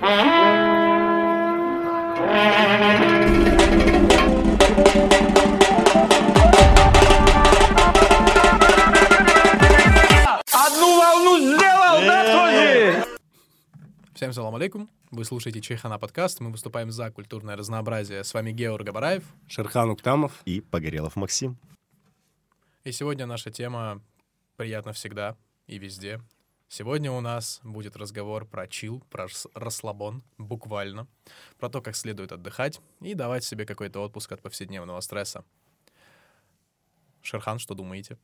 Одну волну сделал, да, тоже? Всем салам алейкум. Вы слушаете Чайхана подкаст. Мы выступаем за культурное разнообразие. С вами Геор Габараев. Шерхан Уктамов. И Погорелов Максим. И сегодня наша тема «Приятно всегда и везде». Сегодня у нас будет разговор про чил, про расслабон, буквально, про то, как следует отдыхать и давать себе какой-то отпуск от повседневного стресса. Шерхан, что думаете?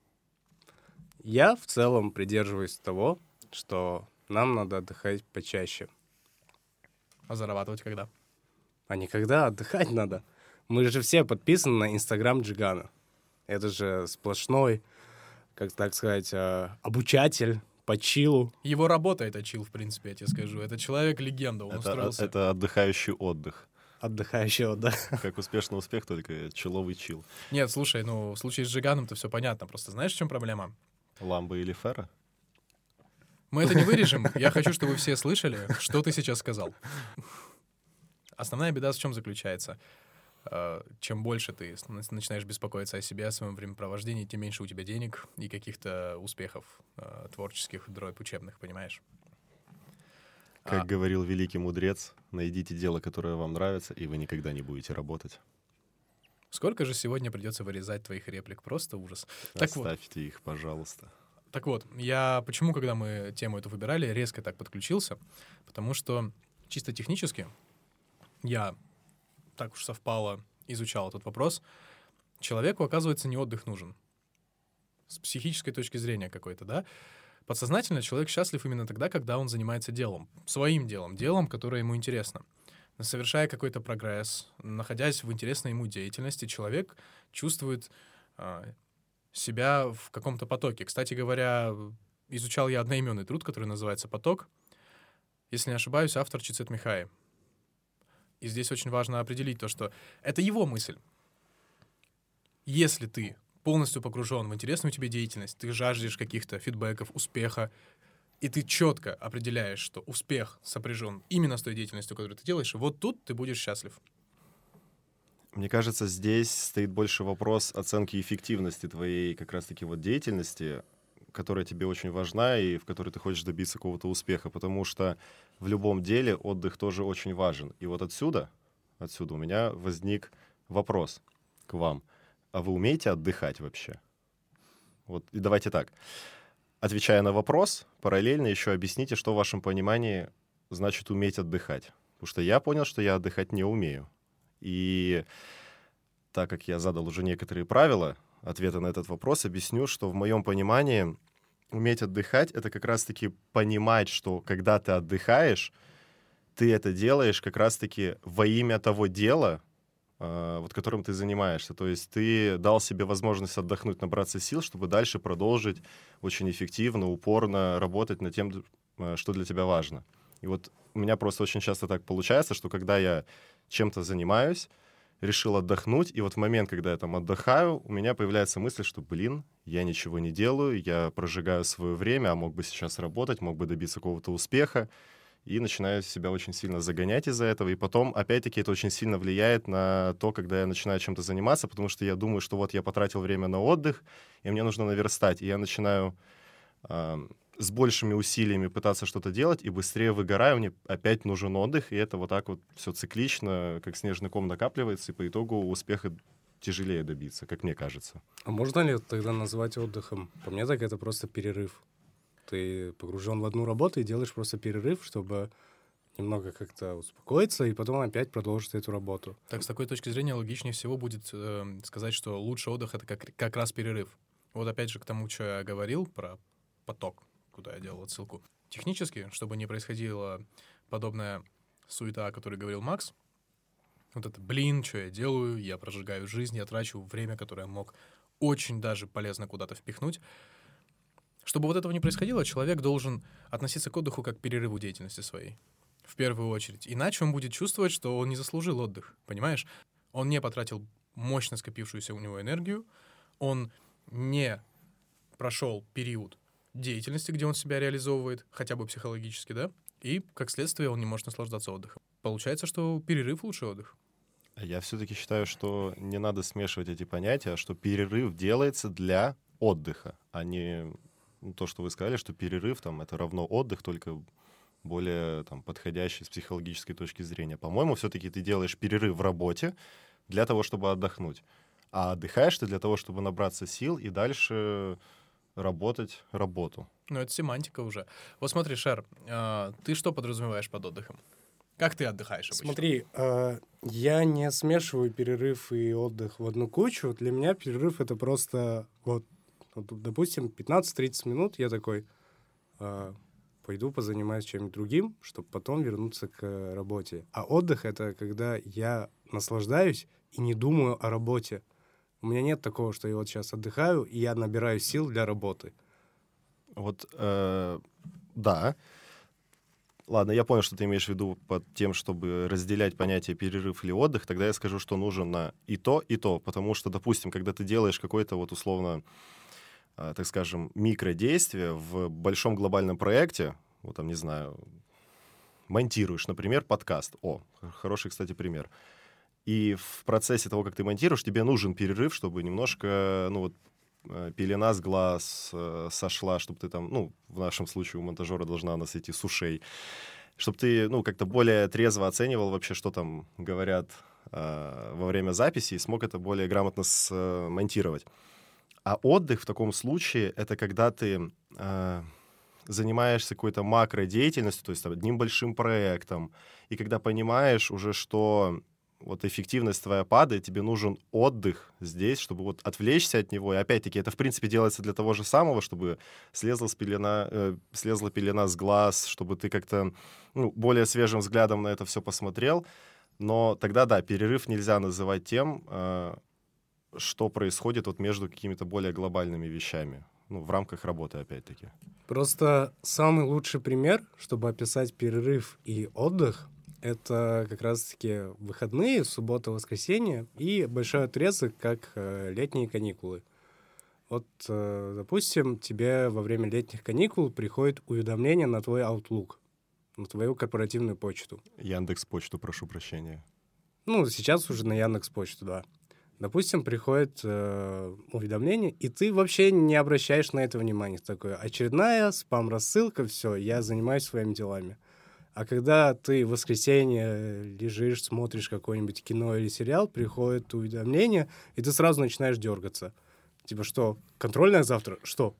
Я в целом придерживаюсь того, что нам надо отдыхать почаще. А зарабатывать когда? А не когда, отдыхать надо. Мы же все подписаны на Инстаграм Джигана. Это же сплошной, как так сказать, обучатель по чилу. Его работа — это чил, в принципе, я тебе скажу. Это человек-легенда, он устроился. Это отдыхающий отдых. Отдыхающий отдых. Как успешный успех, только человый чил. Нет, слушай, в случае с Джиганом-то все понятно. Просто знаешь, в чем проблема? Ламбо или Фера? Мы это не вырежем. Я хочу, чтобы вы все слышали, что ты сейчас сказал. Основная беда в чем заключается? Чем больше ты начинаешь беспокоиться о себе, о своем времяпровождении, тем меньше у тебя денег и каких-то успехов творческих, дробь учебных, понимаешь? Как говорил великий мудрец, найдите дело, которое вам нравится, и вы никогда не будете работать. Сколько же сегодня придется вырезать твоих реплик? Просто ужас. Оставьте их, пожалуйста. Так вот, я почему, когда мы тему эту выбирали, резко так подключился? Потому что чисто технически я, так уж совпало, изучал этот вопрос. Человеку, оказывается, не отдых нужен. С психической точки зрения какой-то, да? Подсознательно человек счастлив именно тогда, когда он занимается делом. Своим делом, которое ему интересно. Совершая какой-то прогресс, находясь в интересной ему деятельности, человек чувствует себя в каком-то потоке. Кстати говоря, изучал я одноименный труд, который называется «Поток». Если не ошибаюсь, автор Чицет Михай. И здесь очень важно определить то, что это его мысль. Если ты полностью погружен в интересную тебе деятельность, ты жаждешь каких-то фидбэков, успеха, и ты четко определяешь, что успех сопряжен именно с той деятельностью, которую ты делаешь, вот тут ты будешь счастлив. Мне кажется, здесь стоит больше вопрос оценки эффективности твоей как раз-таки вот деятельности, которая тебе очень важна и в которой ты хочешь добиться какого-то успеха, потому что в любом деле отдых тоже очень важен. И вот отсюда у меня возник вопрос к вам. А вы умеете отдыхать вообще? Вот, и давайте так. Отвечая на вопрос, параллельно еще объясните, что в вашем понимании значит уметь отдыхать. Потому что я понял, что я отдыхать не умею. И так как я задал уже некоторые правила ответа на этот вопрос, объясню, что в моем понимании уметь отдыхать — это как раз-таки понимать, что когда ты отдыхаешь, ты это делаешь как раз-таки во имя того дела, вот которым ты занимаешься. То есть ты дал себе возможность отдохнуть, набраться сил, чтобы дальше продолжить очень эффективно, упорно работать над тем, что для тебя важно. И вот у меня просто очень часто так получается, что когда я чем-то занимаюсь, решил отдохнуть, и вот в момент, когда я там отдыхаю, у меня появляется мысль, что, я ничего не делаю, я прожигаю свое время, а мог бы сейчас работать, мог бы добиться какого-то успеха, и начинаю себя очень сильно загонять из-за этого, и потом, опять-таки, это очень сильно влияет на то, когда я начинаю чем-то заниматься, потому что я думаю, что вот я потратил время на отдых, и мне нужно наверстать, и я начинаю с большими усилиями пытаться что-то делать, и быстрее выгораю, мне опять нужен отдых, и это вот так вот все циклично, как снежный ком накапливается, и по итогу успеха тяжелее добиться, как мне кажется. А можно ли это тогда назвать отдыхом? По мне так это просто перерыв. Ты погружен в одну работу и делаешь просто перерыв, чтобы немного как-то успокоиться, и потом опять продолжить эту работу. Так, с такой точки зрения логичнее всего будет сказать, что лучший отдых — это как раз перерыв. Вот опять же к тому, что я говорил про поток, куда я делал отсылку. Технически, чтобы не происходила подобная суета, о которой говорил Макс, вот это, что я делаю, я прожигаю жизнь, я трачу время, которое я мог очень даже полезно куда-то впихнуть. Чтобы вот этого не происходило, человек должен относиться к отдыху как к перерыву деятельности своей. В первую очередь. Иначе он будет чувствовать, что он не заслужил отдых. Понимаешь? Он не потратил мощно скопившуюся у него энергию, он не прошел период деятельности, где он себя реализовывает, хотя бы психологически, да, и, как следствие, он не может наслаждаться отдыхом. Получается, что перерыв — лучший отдых. Я все-таки считаю, что не надо смешивать эти понятия, а что перерыв делается для отдыха, а не то, что вы сказали, что перерыв там это равно отдых, только более там подходящий с психологической точки зрения. По-моему, все-таки ты делаешь перерыв в работе для того, чтобы отдохнуть, а отдыхаешь ты для того, чтобы набраться сил и дальше работать работу. Ну, это семантика уже. Вот смотри, Шер, ты что подразумеваешь под отдыхом? Как ты отдыхаешь обычно? Смотри, я не смешиваю перерыв и отдых в одну кучу. Для меня перерыв — это просто, допустим, 15-30 минут я такой пойду позанимаюсь чем-нибудь другим, чтобы потом вернуться к работе. А отдых — это когда я наслаждаюсь и не думаю о работе. У меня нет такого, что я вот сейчас отдыхаю, и я набираю сил для работы. Вот, да. Ладно, я понял, что ты имеешь в виду под тем, чтобы разделять понятие перерыв или отдых. Тогда я скажу, что нужен на и то, потому что, допустим, когда ты делаешь какое-то вот условно, так скажем, микродействие в большом глобальном проекте, вот там, не знаю, монтируешь, например, подкаст. Хороший, кстати, пример. И в процессе того, как ты монтируешь, тебе нужен перерыв, чтобы немножко, пелена с глаз сошла, чтобы ты там, в нашем случае у монтажера должна она сойти с ушей, чтобы ты, как-то более трезво оценивал вообще, что там говорят во время записи, и смог это более грамотно смонтировать. А отдых в таком случае — это когда ты занимаешься какой-то макродеятельностью, то есть там, одним большим проектом, и когда понимаешь уже, что вот эффективность твоя падает, тебе нужен отдых здесь, чтобы вот отвлечься от него. И опять-таки это, в принципе, делается для того же самого, чтобы слезла пелена с глаз, чтобы ты как-то более свежим взглядом на это все посмотрел. Но тогда, да, перерыв нельзя называть тем, что происходит вот между какими-то более глобальными вещами. В рамках работы, опять-таки. Просто самый лучший пример, чтобы описать перерыв и отдых, это как раз-таки выходные, суббота, воскресенье и большой отрезок, как летние каникулы. Вот, допустим, тебе во время летних каникул приходит уведомление на твой Outlook, на твою корпоративную почту. Яндекс.Почту, прошу прощения. Сейчас уже на Яндекс.Почту, да. Допустим, приходит уведомление, и ты вообще не обращаешь на это внимания. Такое очередная спам-рассылка, все, я занимаюсь своими делами. А когда ты в воскресенье лежишь, смотришь какое-нибудь кино или сериал, приходит уведомление, и ты сразу начинаешь дергаться. Типа, что, контрольная завтра? Что?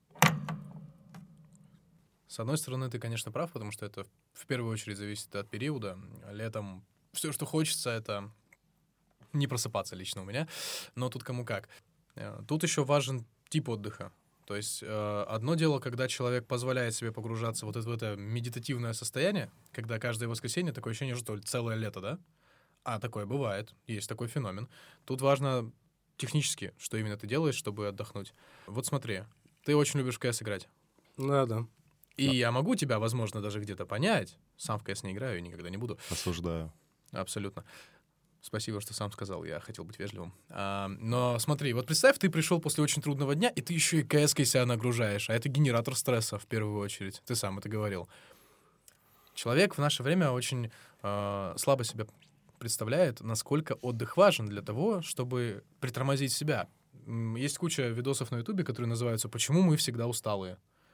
С одной стороны, ты, конечно, прав, потому что это в первую очередь зависит от периода. Летом все, что хочется, это не просыпаться лично у меня, но тут кому как. Тут еще важен тип отдыха. То есть одно дело, когда человек позволяет себе погружаться вот в это медитативное состояние, когда каждое воскресенье такое ощущение, что целое лето, да? А такое бывает, есть такой феномен. Тут важно технически, что именно ты делаешь, чтобы отдохнуть. Вот смотри, ты очень любишь в КС играть. Да. И я могу тебя, возможно, даже где-то понять. Сам в КС не играю и никогда не буду. Осуждаю. Абсолютно. Спасибо, что сам сказал, я хотел быть вежливым. Но смотри, вот представь, ты пришел после очень трудного дня, и ты еще и КС-кой себя нагружаешь, а это генератор стресса в первую очередь. Ты сам это говорил. Человек в наше время очень слабо себя представляет, насколько отдых важен для того, чтобы притормозить себя. Есть куча видосов на Ютубе, которые называются «Почему мы всегда усталые?».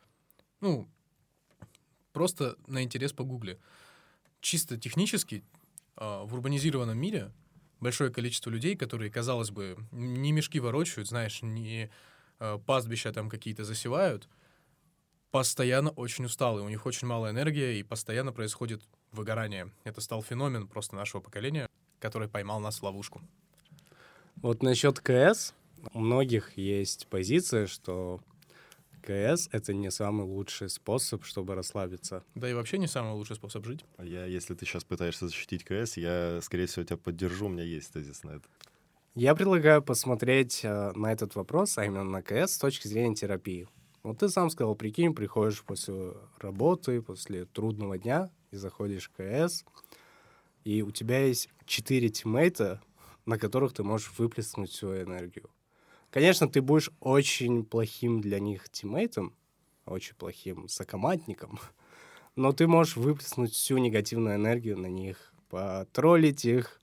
Просто на интерес погугли. Чисто технически в урбанизированном мире большое количество людей, которые, казалось бы, не мешки ворочают, знаешь, не пастбища там какие-то засевают, постоянно очень усталые, у них очень мало энергии, и постоянно происходит выгорание. Это стал феномен просто нашего поколения, который поймал нас в ловушку. Вот насчет КС у многих есть позиция, что КС — это не самый лучший способ, чтобы расслабиться. Да и вообще не самый лучший способ жить. Если ты сейчас пытаешься защитить КС, я, скорее всего, тебя поддержу, у меня есть тезис на это. Я предлагаю посмотреть на этот вопрос, а именно на КС, с точки зрения терапии. Вот ты сам сказал, прикинь, приходишь после работы, после трудного дня, и заходишь в КС, и у тебя есть 4 тиммейта, на которых ты можешь выплеснуть свою энергию. Конечно, ты будешь очень плохим для них тиммейтом, очень плохим сокомандником, но ты можешь выплеснуть всю негативную энергию на них, потроллить их,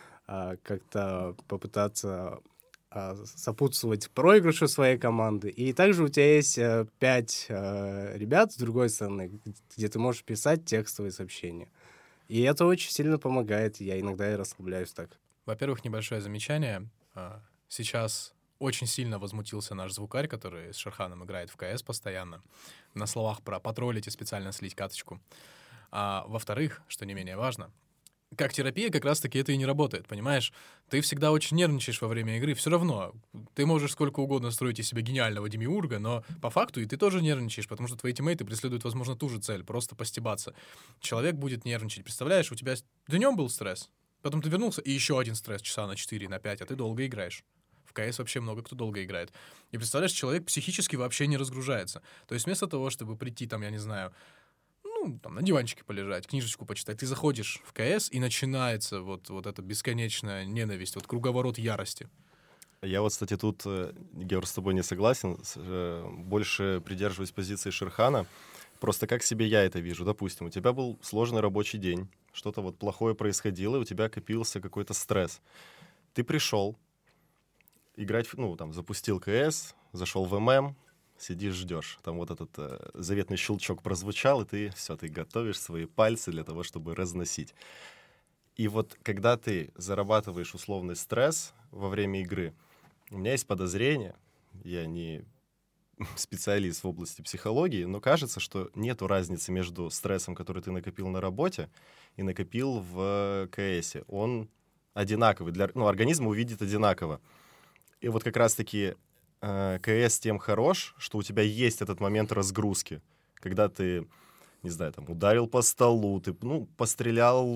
как-то попытаться сопутствовать проигрышу своей команды. И также у тебя есть 5 ребят с другой стороны, где ты можешь писать текстовые сообщения. И это очень сильно помогает. Я иногда и расслабляюсь так. Во-первых, небольшое замечание. Сейчас очень сильно возмутился наш звукарь, который с Шерханом играет в КС постоянно. На словах про потроллить и специально слить каточку. Во-вторых, что не менее важно, как терапия как раз-таки это и не работает, понимаешь? Ты всегда очень нервничаешь во время игры, все равно. Ты можешь сколько угодно строить из себя гениального демиурга, но по факту и ты тоже нервничаешь, потому что твои тиммейты преследуют, возможно, ту же цель, просто постебаться. Человек будет нервничать. Представляешь, у тебя днем был стресс, потом ты вернулся, и еще один стресс часа на 4, на 5, а ты долго играешь. В КС вообще много кто долго играет. И представляешь, человек психически вообще не разгружается. То есть вместо того, чтобы прийти там, я не знаю, на диванчике полежать, книжечку почитать. Ты заходишь в КС, и начинается вот эта бесконечная ненависть, вот круговорот ярости. Я вот, кстати, тут, Георг, с тобой не согласен. Больше придерживаюсь позиции Шерхана. Просто как себе я это вижу. Допустим, у тебя был сложный рабочий день, что-то вот плохое происходило, и у тебя копился какой-то стресс. Ты пришел играть, запустил КС, зашел в ММ, сидишь, ждешь. Там вот этот заветный щелчок прозвучал, и ты готовишь свои пальцы для того, чтобы разносить. И вот когда ты зарабатываешь условный стресс во время игры, у меня есть подозрение, я не специалист в области психологии, но кажется, что нету разницы между стрессом, который ты накопил на работе, и накопил в КСе. Он одинаковый. Организм увидит одинаково. И вот как раз-таки КС тем хорош, что у тебя есть этот момент разгрузки, когда ты, не знаю, ударил по столу, ты, пострелял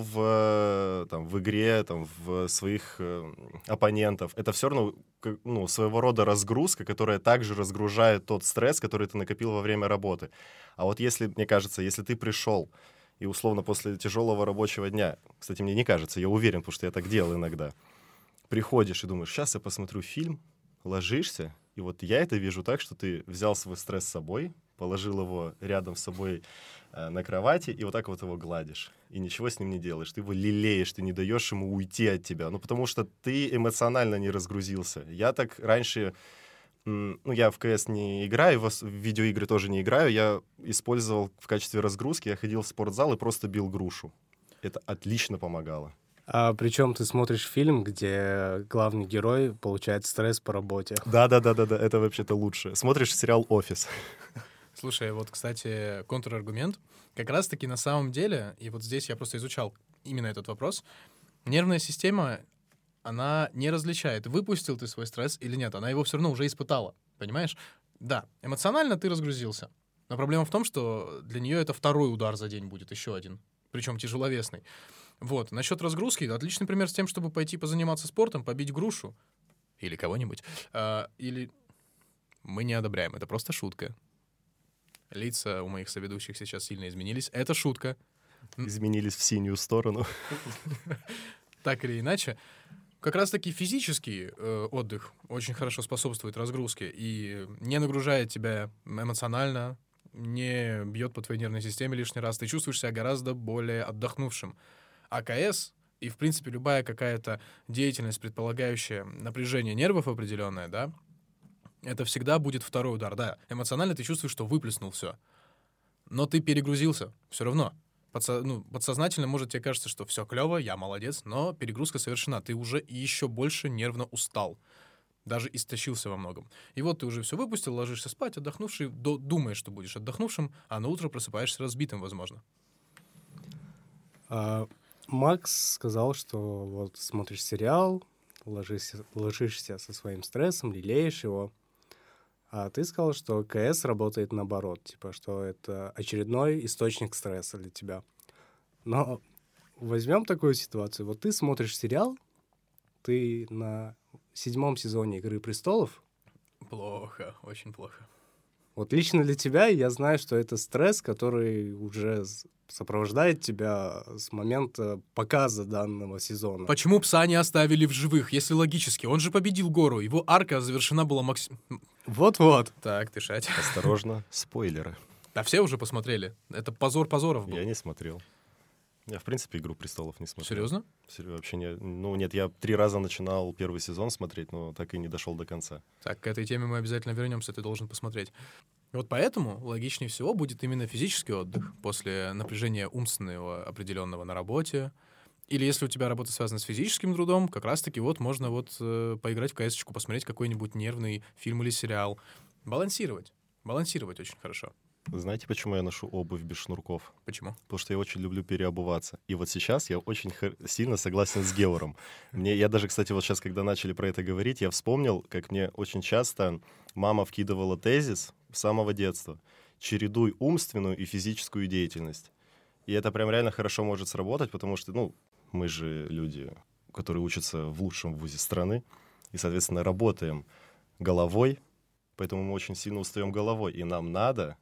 в игре, в своих оппонентов. Это все равно, своего рода разгрузка, которая также разгружает тот стресс, который ты накопил во время работы. А вот мне кажется, если ты пришел и условно после тяжелого рабочего дня, кстати, мне не кажется, я уверен, потому что я так делал иногда, приходишь и думаешь, сейчас я посмотрю фильм, ложишься, и вот я это вижу так, что ты взял свой стресс с собой, положил его рядом с собой на кровати и вот так вот его гладишь. И ничего с ним не делаешь. Ты его лелеешь, ты не даешь ему уйти от тебя. Потому что ты эмоционально не разгрузился. Я так раньше... я в КС не играю, в видеоигры тоже не играю. Я использовал в качестве разгрузки, я ходил в спортзал и просто бил грушу. Это отлично помогало. Причем ты смотришь фильм, где главный герой получает стресс по работе. Да, это вообще-то лучше. Смотришь сериал «Офис». Слушай, вот, кстати, контраргумент. Как раз-таки на самом деле, и вот здесь я просто изучал именно этот вопрос, нервная система, она не различает, выпустил ты свой стресс или нет. Она его все равно уже испытала, понимаешь? Да, эмоционально ты разгрузился. Но проблема в том, что для нее это второй удар за день будет, еще один. Причем тяжеловесный. Вот, насчет разгрузки, отличный пример с тем, чтобы пойти позаниматься спортом, побить грушу. Или кого-нибудь. Или... Мы не одобряем, это просто шутка. Лица у моих соведущих сейчас сильно изменились. Это шутка. Изменились в синюю сторону. Так или иначе, как раз-таки физический отдых очень хорошо способствует разгрузке и не нагружает тебя эмоционально, не бьет по твоей нервной системе лишний раз. Ты чувствуешь себя гораздо более отдохнувшим. АКС и, в принципе, любая какая-то деятельность, предполагающая напряжение нервов определенное, да, это всегда будет второй удар. Да, эмоционально ты чувствуешь, что выплеснул все. Но ты перегрузился все равно. Подсознательно, может, тебе кажется, что все клево, я молодец, но перегрузка совершена. Ты уже еще больше нервно устал. Даже истощился во многом. И вот ты уже все выпустил, ложишься спать, отдохнувший, думаешь, что будешь отдохнувшим, а на утро просыпаешься разбитым, возможно. Макс сказал, что вот смотришь сериал, ложишься со своим стрессом, лелеешь его. А ты сказал, что КС работает наоборот, типа, что это очередной источник стресса для тебя. Но возьмем такую ситуацию. Вот ты смотришь сериал, ты на 7 сезоне «Игры престолов». Плохо, очень плохо. Вот лично для тебя я знаю, что это стресс, который уже сопровождает тебя с момента показа данного сезона. Почему пса не оставили в живых, если логически? Он же победил гору, его арка завершена была Вот-вот. Так, дышать. Осторожно, спойлеры. А все уже посмотрели? Это позор позоров был. Я не смотрел. Я, в принципе, «Игру престолов» не смотрел. Серьезно? Вообще не... Ну, нет, я 3 раза начинал первый сезон смотреть, но так и не дошел до конца. Так, к этой теме мы обязательно вернемся, ты должен посмотреть. Вот поэтому логичнее всего будет именно физический отдых после напряжения умственного определенного на работе. Или если у тебя работа связана с физическим трудом, как раз-таки вот можно вот поиграть в КС-очку, посмотреть какой-нибудь нервный фильм или сериал. Балансировать. Балансировать очень хорошо. Знаете, почему я ношу обувь без шнурков? Почему? Потому что я очень люблю переобуваться. И вот сейчас я очень сильно согласен с Геором. Я даже, кстати, вот сейчас, когда начали про это говорить, я вспомнил, как мне очень часто мама вкидывала тезис с самого детства. Чередуй умственную и физическую деятельность. И это прям реально хорошо может сработать, потому что, ну, мы же люди, которые учатся в лучшем вузе страны, и, соответственно, работаем головой, поэтому мы очень сильно устаем головой, и нам надо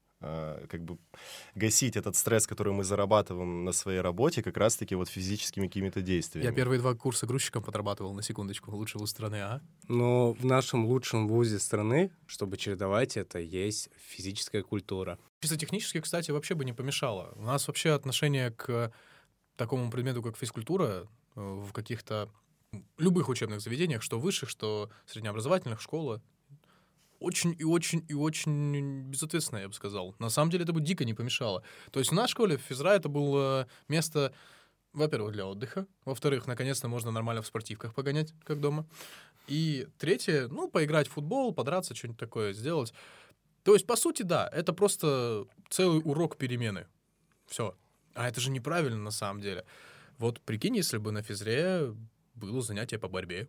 как бы гасить этот стресс, который мы зарабатываем на своей работе, как раз-таки вот физическими какими-то действиями. Я первые 2 курса грузчиком подрабатывал, на секундочку, лучший вуз страны, ага. Но в нашем лучшем вузе страны, чтобы чередовать это, есть физическая культура. Чисто технически, кстати, вообще бы не помешало. У нас вообще отношение к такому предмету, как физкультура, в каких-то любых учебных заведениях, что высших, что среднеобразовательных, школа, очень и очень и очень безответственно, я бы сказал. На самом деле это бы дико не помешало. То есть у нас в школе физра это было место, во-первых, для отдыха, во-вторых, наконец-то можно нормально в спортивках погонять, как дома, и третье, ну, поиграть в футбол, подраться, что-нибудь такое сделать. То есть, по сути, да, это просто целый урок перемены. Все. А это же неправильно на самом деле. Вот прикинь, если бы на физре было занятие по борьбе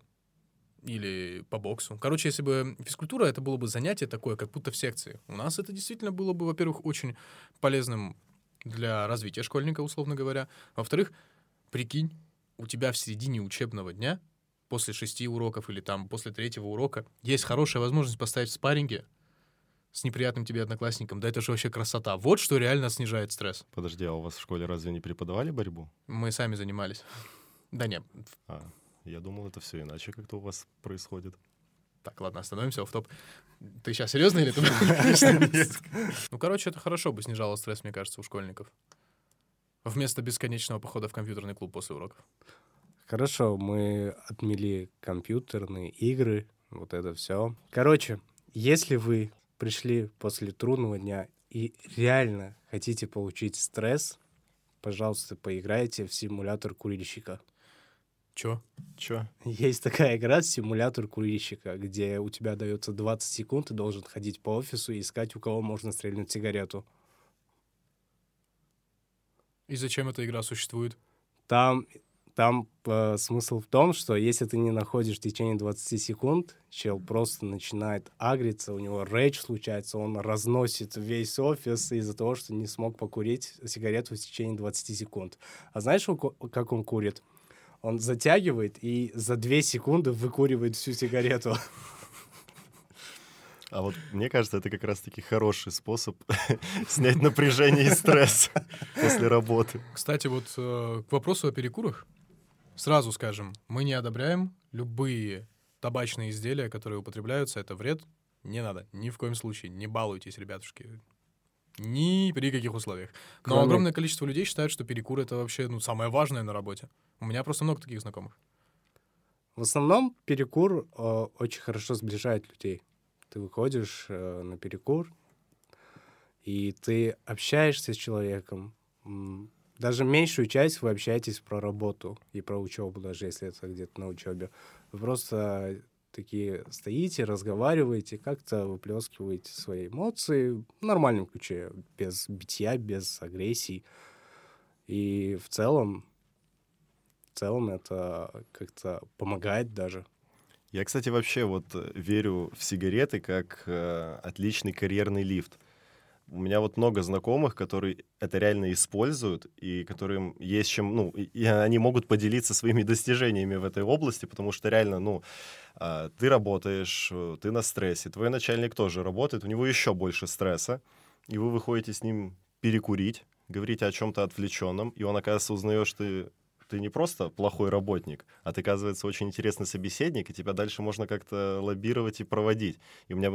или по боксу. Короче, если бы физкультура, это было бы занятие такое, как будто в секции. У нас это действительно было бы, во-первых, очень полезным для развития школьника, условно говоря. Во-вторых, прикинь, у тебя в середине учебного дня, после 6 уроков или там после 3-го урока, есть хорошая возможность поставить в спарринге с неприятным тебе одноклассником. Да это же вообще красота. Вот что реально снижает стресс. Подожди, а у вас в школе разве не преподавали борьбу? Мы сами занимались. Да нет. Я думал, это все иначе как-то у вас происходит. Так, ладно, остановимся, офф-топ. Ты сейчас серьезно или ты... Ну, короче, это хорошо бы снижало стресс, мне кажется, у школьников. Вместо бесконечного похода в компьютерный клуб после уроков. Хорошо, мы отмели компьютерные игры, вот это все. Короче, если вы пришли после трудного дня и реально хотите получить стресс, пожалуйста, поиграйте в симулятор курильщика. Чё? Есть такая игра, симулятор курильщика, где у тебя дается 20 секунд, ты должен ходить по офису и искать, у кого можно стрельнуть сигарету. И зачем эта игра существует? Там смысл в том, что если ты не находишь в течение 20 секунд, чел просто начинает агриться, у него рейдж случается, он разносит весь офис из-за того, что не смог покурить сигарету в течение 20 секунд. А знаешь, как он курит? Он затягивает и за 2 секунды выкуривает всю сигарету. А вот мне кажется, это как раз-таки хороший способ снять напряжение и стресс после работы. Кстати, вот к вопросу о перекурах. Сразу скажем, мы не одобряем любые табачные изделия, которые употребляются. Это вред. Не надо. Ни в коем случае. Не балуйтесь, ребятушки. Ни при каких условиях. Но огромное количество людей считают, что перекур — это вообще самое важное на работе. У меня просто много таких знакомых. В основном перекур очень хорошо сближает людей. Ты выходишь на перекур, и ты общаешься с человеком. Даже меньшую часть вы общаетесь про работу и про учебу, даже если это где-то на учебе. Вы просто такие стоите, разговариваете, как-то выплескиваете свои эмоции в нормальном ключе, без битья, без агрессии. И в целом это как-то помогает даже. Я, кстати, вообще вот верю в сигареты как отличный карьерный лифт. У меня вот много знакомых, которые это реально используют, и которым есть чем, и они могут поделиться своими достижениями в этой области, потому что реально, ты работаешь, ты на стрессе, твой начальник тоже работает, у него еще больше стресса, и вы выходите с ним перекурить, говорите о чем-то отвлеченном, и он, оказывается, узнает, что ты не просто плохой работник, а ты, оказывается, очень интересный собеседник, и тебя дальше можно как-то лоббировать и проводить. И у меня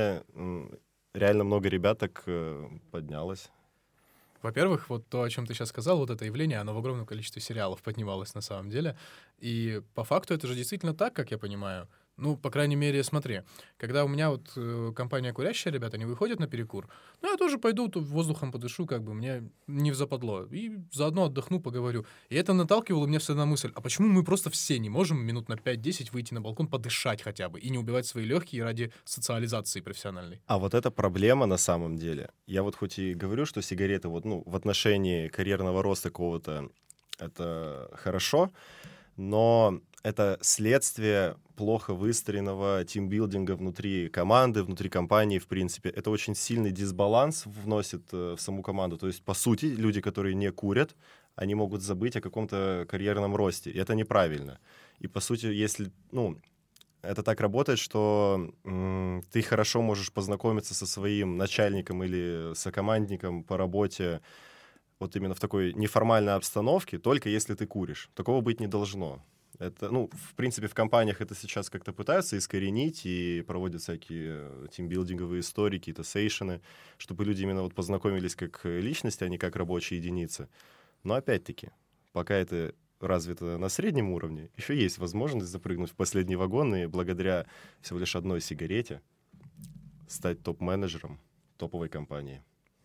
реально много ребят так поднялось. Во-первых, вот то, о чем ты сейчас сказал, вот это явление, оно в огромном количестве сериалов поднималось на самом деле. И по факту это же действительно так, как я понимаю. Ну, по крайней мере, смотри, когда у меня вот компания курящая, ребята, они выходят на перекур, ну, я тоже пойду, тут воздухом подышу, как бы, мне не взападло. И заодно отдохну, поговорю. И это наталкивало меня всегда на мысль, а почему мы просто все не можем минут на 5-10 выйти на балкон, подышать хотя бы, и не убивать свои легкие ради социализации профессиональной? А вот эта проблема на самом деле. Я вот хоть и говорю, что сигареты вот, ну, в отношении карьерного роста какого-то это хорошо, но это следствие плохо выстроенного тимбилдинга внутри команды, внутри компании, в принципе. Это очень сильный дисбаланс вносит в саму команду. То есть, по сути, люди, которые не курят, они могут забыть о каком-то карьерном росте. И это неправильно. И, по сути, если, ну, это так работает, что ты хорошо можешь познакомиться со своим начальником или сокомандником по работе вот именно в такой неформальной обстановке, только если ты куришь. Такого быть не должно. Это, ну, в принципе, в компаниях это сейчас как-то пытаются искоренить и проводят всякие тимбилдинговые истории, какие-то сейшены, чтобы люди именно вот познакомились как личности, а не как рабочие единицы. Но опять-таки, пока это развито на среднем уровне, еще есть возможность запрыгнуть в последний вагон и благодаря всего лишь одной сигарете стать топ-менеджером топовой компании.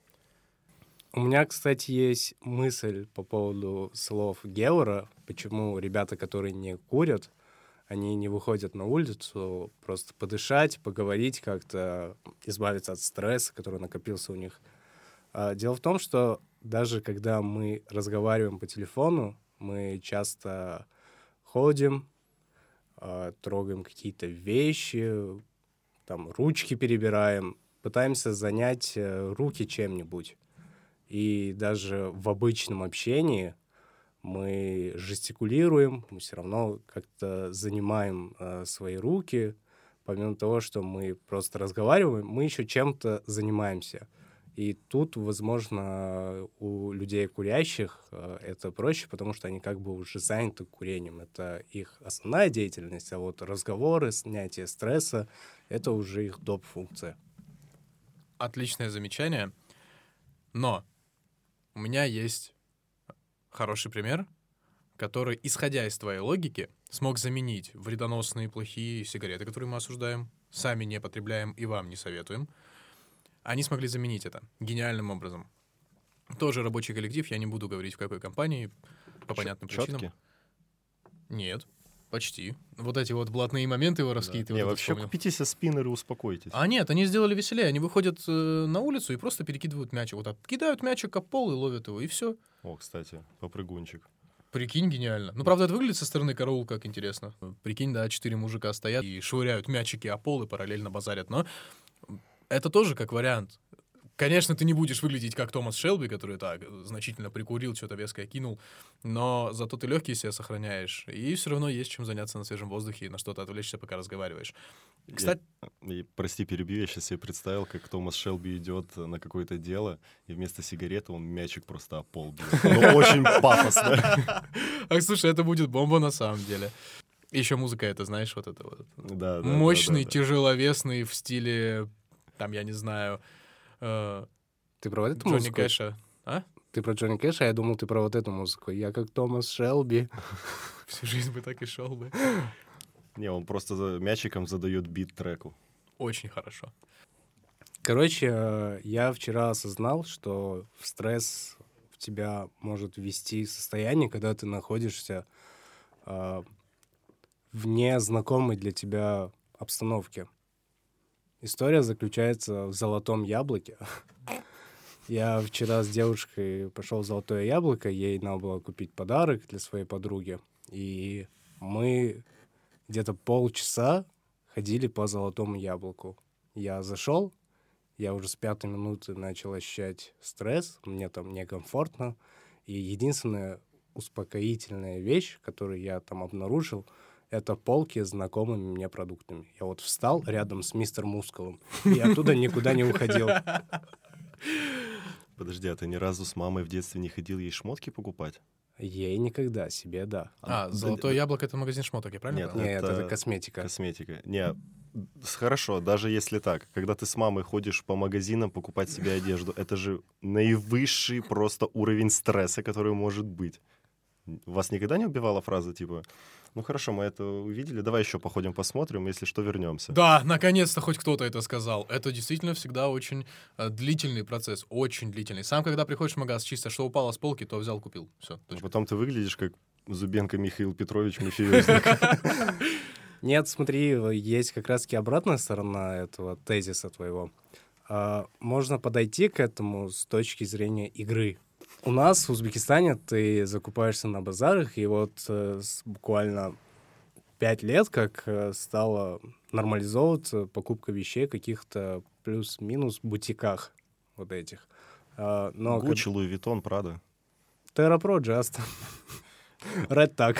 У меня, кстати, есть мысль по поводу слов Геора, почему ребята, которые не курят, они не выходят на улицу просто подышать, поговорить как-то, избавиться от стресса, который накопился у них. Дело в том, что даже когда мы разговариваем по телефону, мы часто ходим, трогаем какие-то вещи, там, ручки перебираем, пытаемся занять руки чем-нибудь. И даже в обычном общении мы жестикулируем, мы все равно как-то занимаем свои руки. Помимо того, что мы просто разговариваем, мы еще чем-то занимаемся. И тут, возможно, у людей курящих это проще, потому что они как бы уже заняты курением. Это их основная деятельность, а вот разговоры, снятие стресса — это уже их доп-функция. Отличное замечание. Но у меня есть хороший пример, который, исходя из твоей логики, смог заменить вредоносные плохие сигареты, которые мы осуждаем, сами не потребляем и вам не советуем. Они смогли заменить это гениальным образом. Тоже рабочий коллектив, я не буду говорить, в какой компании, по понятным причинам. Чётки? Нет, почти. Вот эти вот блатные моменты воровские, ты Не, вот это вообще вспомнил. купите себе спиннер и успокойтесь. А нет, они сделали веселее. Они выходят на улицу и просто перекидывают мячик. Вот так кидают мячик об пол и ловят его, и все. О, кстати, попрыгунчик. Прикинь, гениально. Ну, правда, это выглядит со стороны караул как интересно. Прикинь, да, 4 мужика стоят и швыряют мячики о пол и параллельно базарят. Но это тоже как вариант. Конечно, ты не будешь выглядеть как Томас Шелби, который так значительно прикурил, что-то веское кинул, но зато ты легкие себе сохраняешь, и все равно есть чем заняться на свежем воздухе и на что-то отвлечься, пока разговариваешь. Кстати... Прости, перебью, я сейчас себе представил, как Томас Шелби идет на какое-то дело, и вместо сигареты он мячик просто о пол бьет. Ну, очень пафосно. Ах, слушай, это будет бомба на самом деле. Еще музыка, это, знаешь, вот это вот. Да, мощный, тяжеловесный в стиле, там, я не знаю... Ты про вот эту Джонни музыку? Кэша. А? Ты про Джонни Кэша, а я думал, ты про вот эту музыку. Я как Томас Шелби. Всю жизнь бы так и шел бы. Не, он просто мячиком задает бит треку. Очень хорошо. Короче, я вчера осознал, что в стресс в тебя может ввести состояние, когда ты находишься вне знакомой для тебя обстановки. История заключается в «Золотом яблоке». Я вчера с девушкой пошел в «Золотое яблоко», ей надо было купить подарок для своей подруги, и мы где-то полчаса ходили по «Золотому яблоку». Я зашел, я уже с 5-й минуты начал ощущать стресс, мне там некомфортно, и единственная успокоительная вещь, которую я там обнаружил, это полки с знакомыми мне продуктами. Я вот встал рядом с мистером Мускулом, и оттуда никуда не уходил. Подожди, а ты ни разу с мамой в детстве не ходил ей шмотки покупать? Ей никогда, себе да. «Золотое яблоко» — это магазин шмоток, я правильно Нет, понял? Нет, это косметика. Косметика. Не, хорошо, даже если так. Когда ты с мамой ходишь по магазинам покупать себе одежду, это же наивысший просто уровень стресса, который может быть. Вас никогда не убивала фраза типа: ну хорошо, мы это увидели, давай еще походим посмотрим, если что, вернемся. Да, наконец-то хоть кто-то это сказал. Это действительно всегда очень длительный процесс, очень длительный. Сам, когда приходишь в магаз, чисто что упало с полки, то взял, купил. Все. А потом ты выглядишь как Зубенко Михаил Петрович мафиозник. Нет, смотри, есть как раз-таки обратная сторона этого тезиса твоего. Можно подойти к этому с точки зрения игры. У нас в Узбекистане ты закупаешься на базарах, и вот буквально 5 лет как стала нормализовываться покупка вещей каких-то плюс-минус бутиках вот этих. Гуччи, Луи Виттон, Прада. Terra Pro, Just. Red Tag.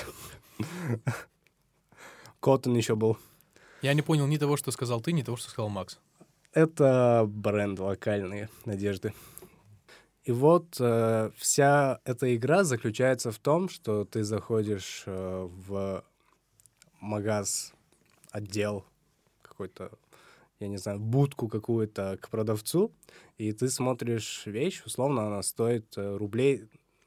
Коттон еще был. Я не понял ни того, что сказал ты, ни того, что сказал Макс. Это бренд локальные одежды. И вот вся эта игра заключается в том, что ты заходишь в магаз, отдел какой-то, я не знаю, будку какую-то к продавцу, и ты смотришь вещь, условно она стоит рублей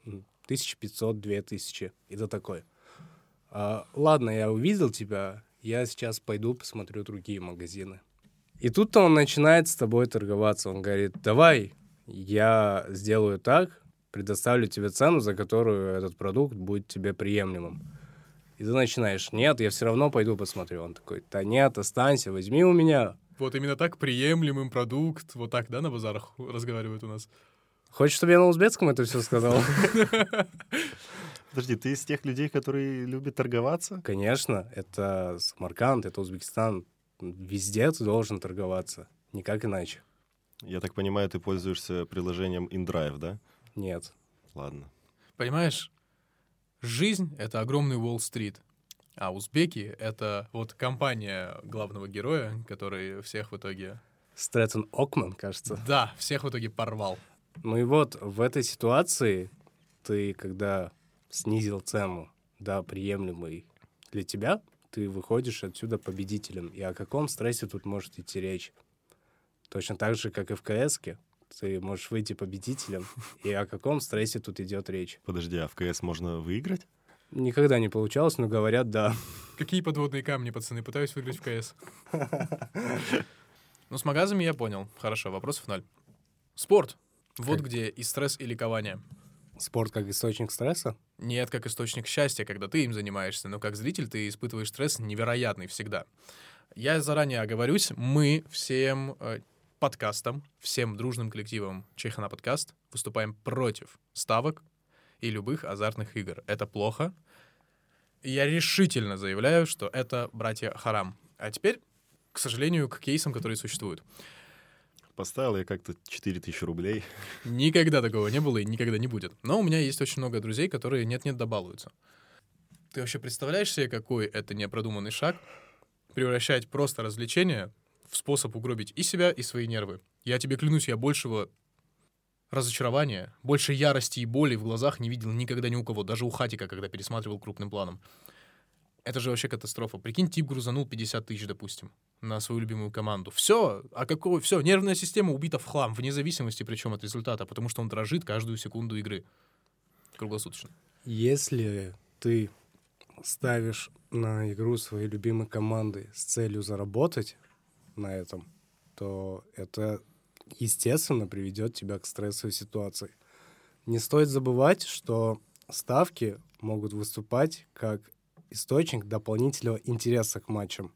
1500-2000. И ты такой: ладно, я увидел тебя, я сейчас пойду посмотрю другие магазины. И тут-то он начинает с тобой торговаться. Он говорит: давай, я сделаю так, предоставлю тебе цену, за которую этот продукт будет тебе приемлемым. И ты начинаешь: нет, я все равно пойду посмотрю. Он такой: да нет, останься, возьми у меня. Вот именно так приемлемым продукт, вот так, да, на базарах разговаривают у нас? Хочешь, чтобы я на узбекском это все сказал? Подожди, ты из тех людей, которые любят торговаться? Конечно, это Самарканд, это Узбекистан. Везде ты должен торговаться, никак иначе. Я так понимаю, ты пользуешься приложением InDrive, да? Нет. Ладно. Понимаешь, жизнь — это огромный Уолл-стрит, а узбеки — это вот компания главного героя, который всех в итоге... Стрэттон Окман, кажется. Да, всех в итоге порвал. Ну и вот в этой ситуации ты, когда снизил цену до приемлемой для тебя, ты выходишь отсюда победителем. И о каком стрессе тут может идти речь? Точно так же, как и в КС-ке. Ты можешь выйти победителем. И о каком стрессе тут идет речь? Подожди, а в КС можно выиграть? Никогда не получалось, но говорят, да. Какие подводные камни, пацаны? Пытаюсь выиграть в КС. Ну, с магазами я понял. Хорошо, вопросов 0. Спорт. Вот где и стресс, и ликование. Спорт как источник стресса? Нет, как источник счастья, когда ты им занимаешься, но как зритель ты испытываешь стресс невероятный всегда. Я заранее оговорюсь, мы всем подкастом, всем дружным коллективом Чайхана подкаст выступаем против ставок и любых азартных игр. Это плохо. И я решительно заявляю, что это братья Харам. А теперь, к сожалению, к кейсам, которые существуют. Поставил я как-то 4000 рублей. Никогда такого не было и никогда не будет. Но у меня есть очень много друзей, которые нет-нет да балуются. Ты вообще представляешь себе, какой это непродуманный шаг превращать просто развлечение в способ угробить и себя, и свои нервы? Я тебе клянусь, я большего разочарования, больше ярости и боли в глазах не видел никогда ни у кого, даже у Хатика, когда пересматривал крупным планом. Это же вообще катастрофа. Прикинь, тип грузанул 50 тысяч, допустим, на свою любимую команду. Все, все, нервная система убита в хлам, вне зависимости причем от результата, потому что он дрожит каждую секунду игры. Круглосуточно. Если ты ставишь на игру своей любимой команды с целью заработать на этом, то это, естественно, приведет тебя к стрессовой ситуации. Не стоит забывать, что ставки могут выступать как источник дополнительного интереса к матчам.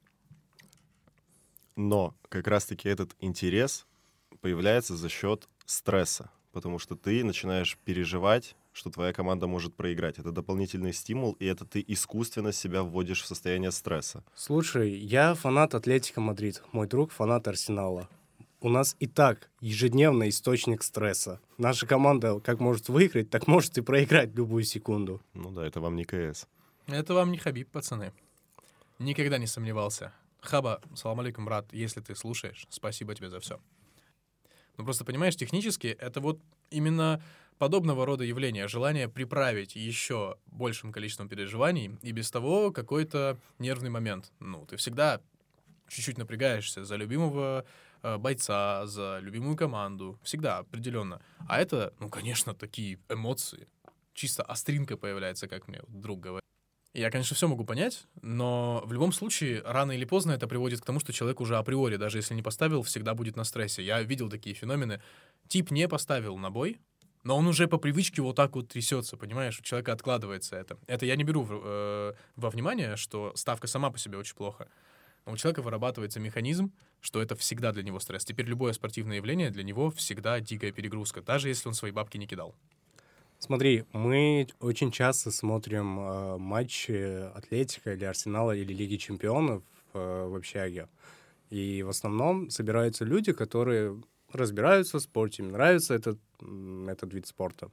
Но как раз-таки этот интерес появляется за счет стресса, потому что ты начинаешь переживать, что твоя команда может проиграть. Это дополнительный стимул, и это ты искусственно себя вводишь в состояние стресса. Слушай, я фанат Атлетико Мадрид, мой друг фанат Арсенала. У нас и так ежедневный источник стресса. Наша команда как может выиграть, так может и проиграть любую секунду. Ну да, это вам не КС. Это вам не Хабиб, пацаны. Никогда не сомневался. Хаба, салам алейкум, брат, если ты слушаешь, спасибо тебе за все. Ну просто, понимаешь, технически это вот именно подобного рода явления, желание приправить еще большим количеством переживаний и без того какой-то нервный момент. Ну, ты всегда чуть-чуть напрягаешься за любимого бойца, за любимую команду. Всегда, определенно. А это, ну, конечно, такие эмоции. Чисто остринка появляется, как мне друг говорит. Я, конечно, все могу понять, но в любом случае, рано или поздно это приводит к тому, что человек уже априори, даже если не поставил, всегда будет на стрессе. Я видел такие феномены. Тип не поставил на бой, но он уже по привычке вот так вот трясется, понимаешь? У человека откладывается это. Это я не беру во внимание, что ставка сама по себе очень плохо. Но у человека вырабатывается механизм, что это всегда для него стресс. Теперь любое спортивное явление для него всегда дикая перегрузка, даже если он свои бабки не кидал. Смотри, мы очень часто смотрим матчи Атлетика или Арсенала или Лиги Чемпионов в общаге. И в основном собираются люди, которые разбираются в спорте, им нравится этот вид спорта.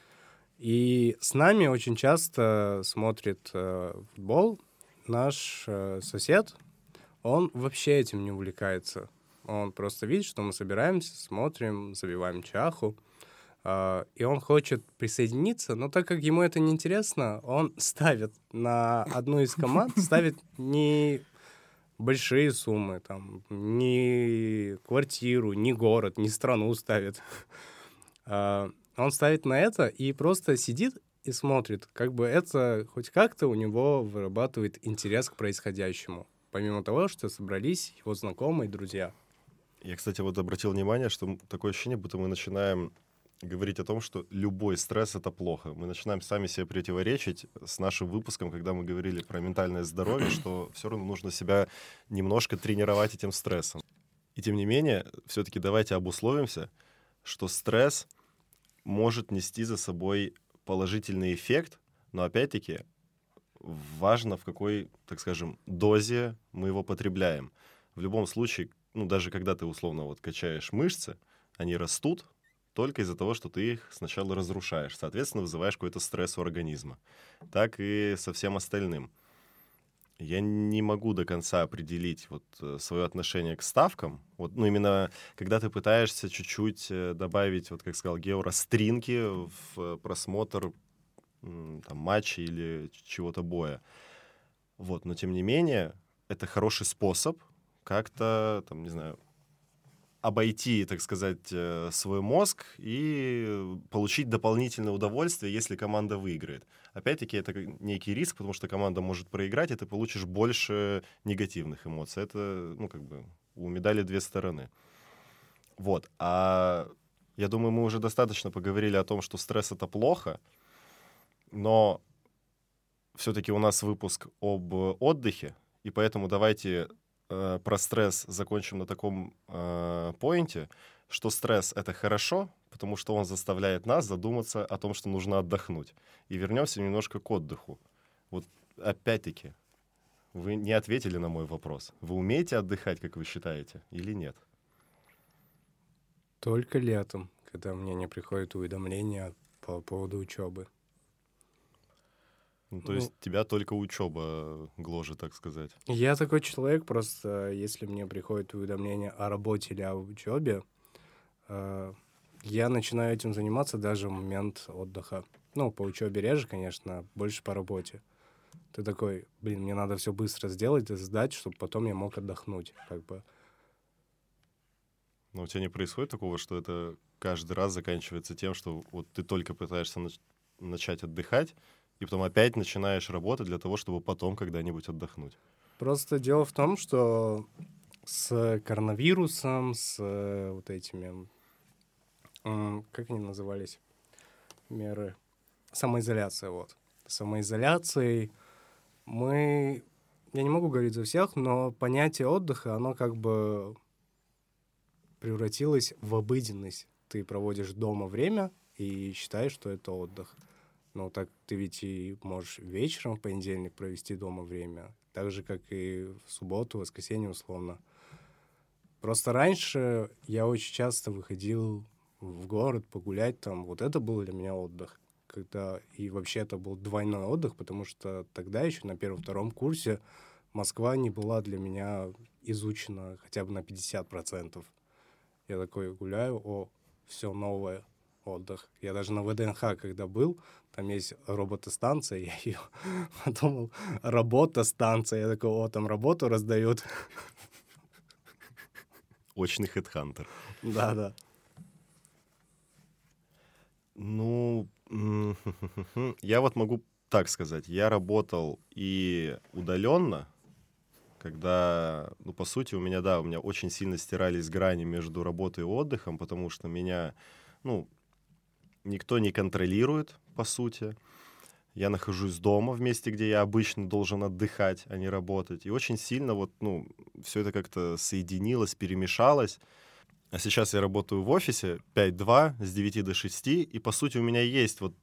И с нами очень часто смотрит футбол наш сосед. Он вообще этим не увлекается. Он просто видит, что мы собираемся, смотрим, забиваем чаху. И он хочет присоединиться, но так как ему это не интересно, он ставит на одну из команд, ставит не большие суммы, там, не квартиру, не город, не страну ставит. Он ставит на это и просто сидит и смотрит. Как бы это хоть как-то у него вырабатывает интерес к происходящему. Помимо того, что собрались его знакомые, друзья. Я, кстати, вот обратил внимание, что такое ощущение, будто мы начинаем говорить о том, что любой стресс — это плохо. Мы начинаем сами себе противоречить с нашим выпуском, когда мы говорили про ментальное здоровье, что все равно нужно себя немножко тренировать этим стрессом. И тем не менее, все-таки давайте обусловимся, что стресс может нести за собой положительный эффект, но опять-таки важно, в какой, так скажем, дозе мы его потребляем. В любом случае, ну, даже когда ты условно вот качаешь мышцы, они растут только из-за того, что ты их сначала разрушаешь. Соответственно, вызываешь какой-то стресс у организма. Так и со всем остальным. Я не могу до конца определить вот свое отношение к ставкам. Вот, ну, именно когда ты пытаешься чуть-чуть добавить, вот как сказал Гео, растринки в просмотр там, матча или чего-то боя. Вот, но тем не менее, это хороший способ как-то, там, не знаю, обойти, так сказать, свой мозг и получить дополнительное удовольствие, если команда выиграет. Опять-таки, это некий риск, потому что команда может проиграть, и ты получишь больше негативных эмоций. Это, ну, как бы, у медали две стороны. Вот. А я думаю, мы уже достаточно поговорили о том, что стресс — это плохо, но все-таки у нас выпуск об отдыхе, и поэтому давайте про стресс закончим на таком поинте, что стресс — это хорошо, потому что он заставляет нас задуматься о том, что нужно отдохнуть. И вернемся немножко к отдыху. Вот опять-таки, вы не ответили на мой вопрос. Вы умеете отдыхать, как вы считаете, или нет? Только летом, когда мне не приходят уведомления по поводу учебы. Ну, то есть тебя только учеба гложет, так сказать. Я такой человек, просто если мне приходит уведомление о работе или о учебе, я начинаю этим заниматься даже в момент отдыха. Ну, по учебе реже, конечно, больше по работе. Ты такой, блин, мне надо все быстро сделать и сдать, чтобы потом я мог отдохнуть, как бы. Но у тебя не происходит такого, что это каждый раз заканчивается тем, что вот ты только пытаешься начать отдыхать, и потом опять начинаешь работать для того, чтобы потом когда-нибудь отдохнуть? Просто дело в том, что с коронавирусом, с вот этими, как они назывались, меры, самоизоляция, вот. Самоизоляцией я не могу говорить за всех, но понятие отдыха, оно как бы превратилось в обыденность. Ты проводишь дома время и считаешь, что это отдых. Но так ты ведь и можешь вечером в понедельник провести дома время, так же, как и в субботу, воскресенье условно. Просто раньше я очень часто выходил в город погулять там. Вот это был для меня отдых. И вообще это был двойной отдых, потому что тогда еще на первом-втором курсе Москва не была для меня изучена хотя бы на 50%. Я такой гуляю, все новое. отдых. Я даже на ВДНХ, когда был, там есть роботостанция, я ее подумал, работа-станция. Я такой, о, там работу раздают. Очный хедхантер. Да-да. Ну, я вот могу так сказать. Я работал и удаленно, когда, ну, по сути, у меня очень сильно стирались грани между работой и отдыхом, потому что меня, ну, никто не контролирует, по сути. Я нахожусь дома, в месте, где я обычно должен отдыхать, а не работать. И очень сильно вот, ну, все это как-то соединилось, перемешалось. А сейчас я работаю в офисе 5-2, с 9 до 6, и, по сути, у меня есть вот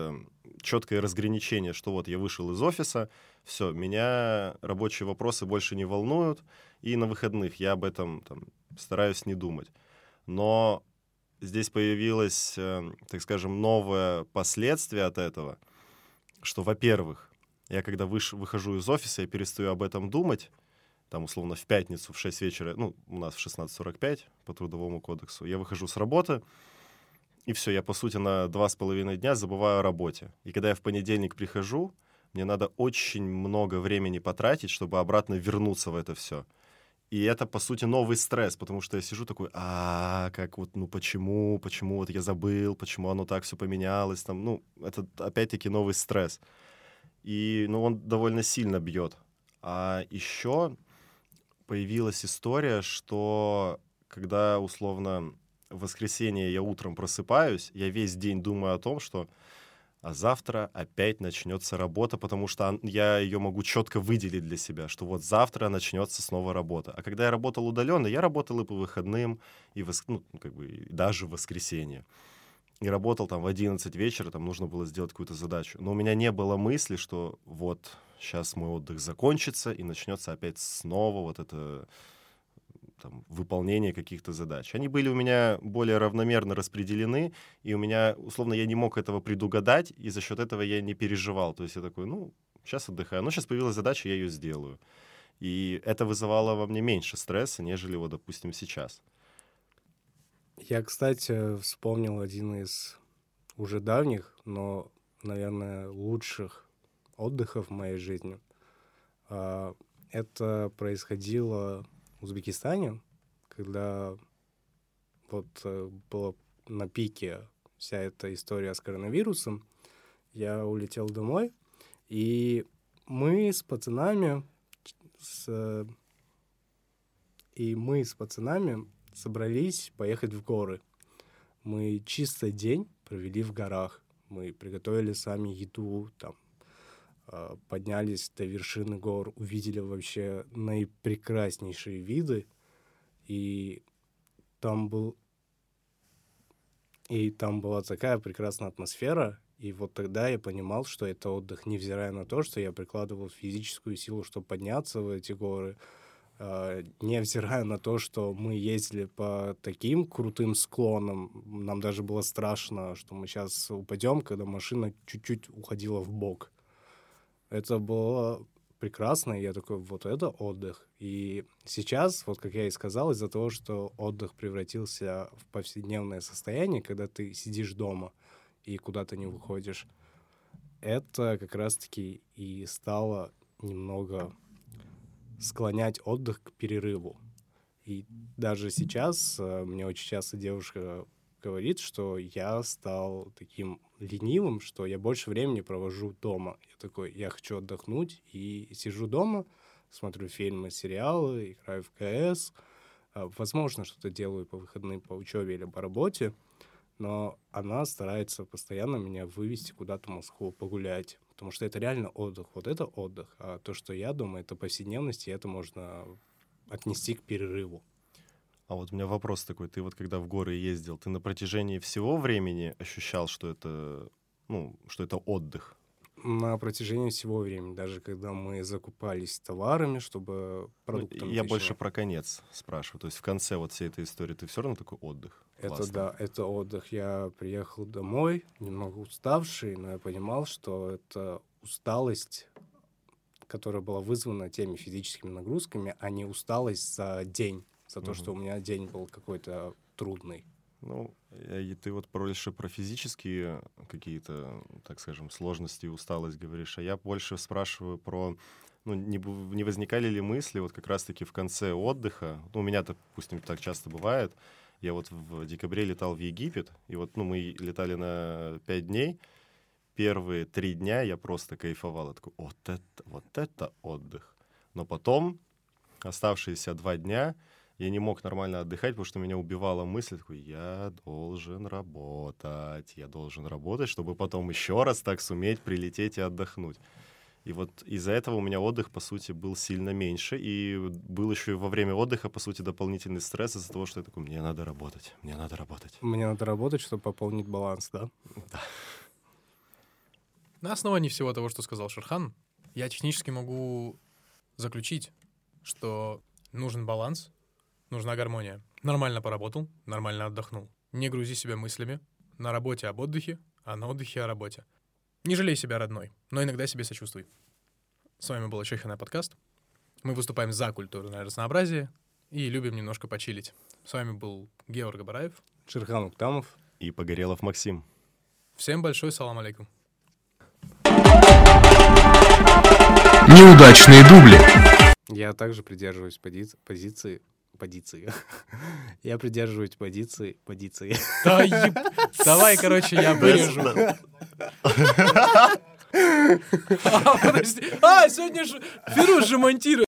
четкое разграничение, что вот я вышел из офиса, все, меня рабочие вопросы больше не волнуют, и на выходных я об этом там стараюсь не думать. Но здесь появилось, так скажем, новое последствие от этого, что, во-первых, я когда выхожу из офиса, я перестаю об этом думать, там, условно, в пятницу в 6 вечера, ну, у нас в 16:45 по Трудовому кодексу, я выхожу с работы, и все, я, по сути, на 2,5 дня забываю о работе. И когда я в понедельник прихожу, мне надо очень много времени потратить, чтобы обратно вернуться в это все. И это, по сути, новый стресс, потому что я сижу такой, как вот, ну, почему вот я забыл, почему оно так все поменялось, там, ну, это, опять-таки, новый стресс. И, ну, он довольно сильно бьет. А еще появилась история, что когда, условно, в воскресенье я утром просыпаюсь, я весь день думаю о том, что завтра опять начнется работа, потому что я ее могу четко выделить для себя, что вот завтра начнется снова работа. А когда я работал удаленно, я работал и по выходным, и и даже в воскресенье. И работал там в 11 вечера, там нужно было сделать какую-то задачу. Но у меня не было мысли, что вот сейчас мой отдых закончится, и начнется опять снова вот это там, выполнение каких-то задач. Они были у меня более равномерно распределены, и у меня, условно, я не мог этого предугадать, и за счет этого я не переживал. То есть я такой, ну, сейчас отдыхаю. Ну, сейчас появилась задача, я ее сделаю. И это вызывало во мне меньше стресса, нежели, вот, допустим, сейчас. Я, кстати, вспомнил один из уже давних, но, наверное, лучших отдыхов в моей жизни. Это происходило в Узбекистане, когда вот была на пике вся эта история с коронавирусом. Я улетел домой, и мы с пацанами собрались поехать в горы. Мы чисто день провели в горах. Мы приготовили сами еду, там, поднялись до вершины гор, увидели вообще наипрекраснейшие виды. И там была такая прекрасная атмосфера. И вот тогда я понимал, что это отдых, невзирая на то, что я прикладывал физическую силу, чтобы подняться в эти горы, невзирая на то, что мы ездили по таким крутым склонам, нам даже было страшно, что мы сейчас упадем, когда машина чуть-чуть уходила в бок. Это было прекрасно, и я такой, вот это отдых. И сейчас, вот как я и сказал, из-за того, что отдых превратился в повседневное состояние, когда ты сидишь дома и куда-то не выходишь, это как раз-таки и стало немного склонять отдых к перерыву. И даже сейчас мне очень часто девушка говорит, что я стал таким ленивым, что я больше времени провожу дома. Я такой, я хочу отдохнуть, и сижу дома, смотрю фильмы, сериалы, играю в КС. Возможно, что-то делаю по выходным, по учебе или по работе, но она старается постоянно меня вывести куда-то в Москву, погулять, потому что это реально отдых. Вот это отдых. А то, что я думаю, это повседневность, и это можно отнести к перерыву. А вот у меня вопрос такой. Ты вот когда в горы ездил, ты на протяжении всего времени ощущал, что это, что это отдых? На протяжении всего времени, даже когда мы закупались товарами, чтобы продуктами... Я больше про конец спрашиваю. То есть в конце вот всей этой истории ты все равно такой отдых? Это Классно. да, это отдых. Я приехал домой, немного уставший, но я понимал, что это усталость, которая была вызвана теми физическими нагрузками, а не усталость за день, за то, что у меня день был какой-то трудный. Ну, и ты вот больше про физические какие-то, так скажем, сложности и усталость говоришь, а я больше спрашиваю про, ну, не возникали ли мысли вот как раз-таки в конце отдыха, ну, у меня, допустим, так часто бывает, я вот в декабре летал в Египет, и вот, ну, мы летали на 5 дней, первые 3 дня я просто кайфовал, я такой, вот это отдых. Но потом, оставшиеся 2 дня, я не мог нормально отдыхать, потому что меня убивала мысль, такой, я должен работать, чтобы потом еще раз так суметь прилететь и отдохнуть. И вот из-за этого у меня отдых, по сути, был сильно меньше, и был еще и во время отдыха, по сути, дополнительный стресс из-за того, что я такой, мне надо работать. Мне надо работать, чтобы пополнить баланс, да? Да. На основании всего того, что сказал Шерхан, я технически могу заключить, что нужен баланс, нужна гармония. Нормально поработал, нормально отдохнул. Не грузи себя мыслями. На работе об отдыхе, а на отдыхе о работе. Не жалей себя, родной, но иногда себе сочувствуй. С вами был Чехина подкаст. Мы выступаем за культурное разнообразие и любим немножко почилить. С вами был Георг Абараев. Шерхан Уктамов. И Погорелов Максим. Всем большой салам алейкум. Неудачные дубли. Я также придерживаюсь позиции. Я придерживаюсь позиции. Давай, короче, я вырежу. Подожди. Сегодня же Фируз же монтирует.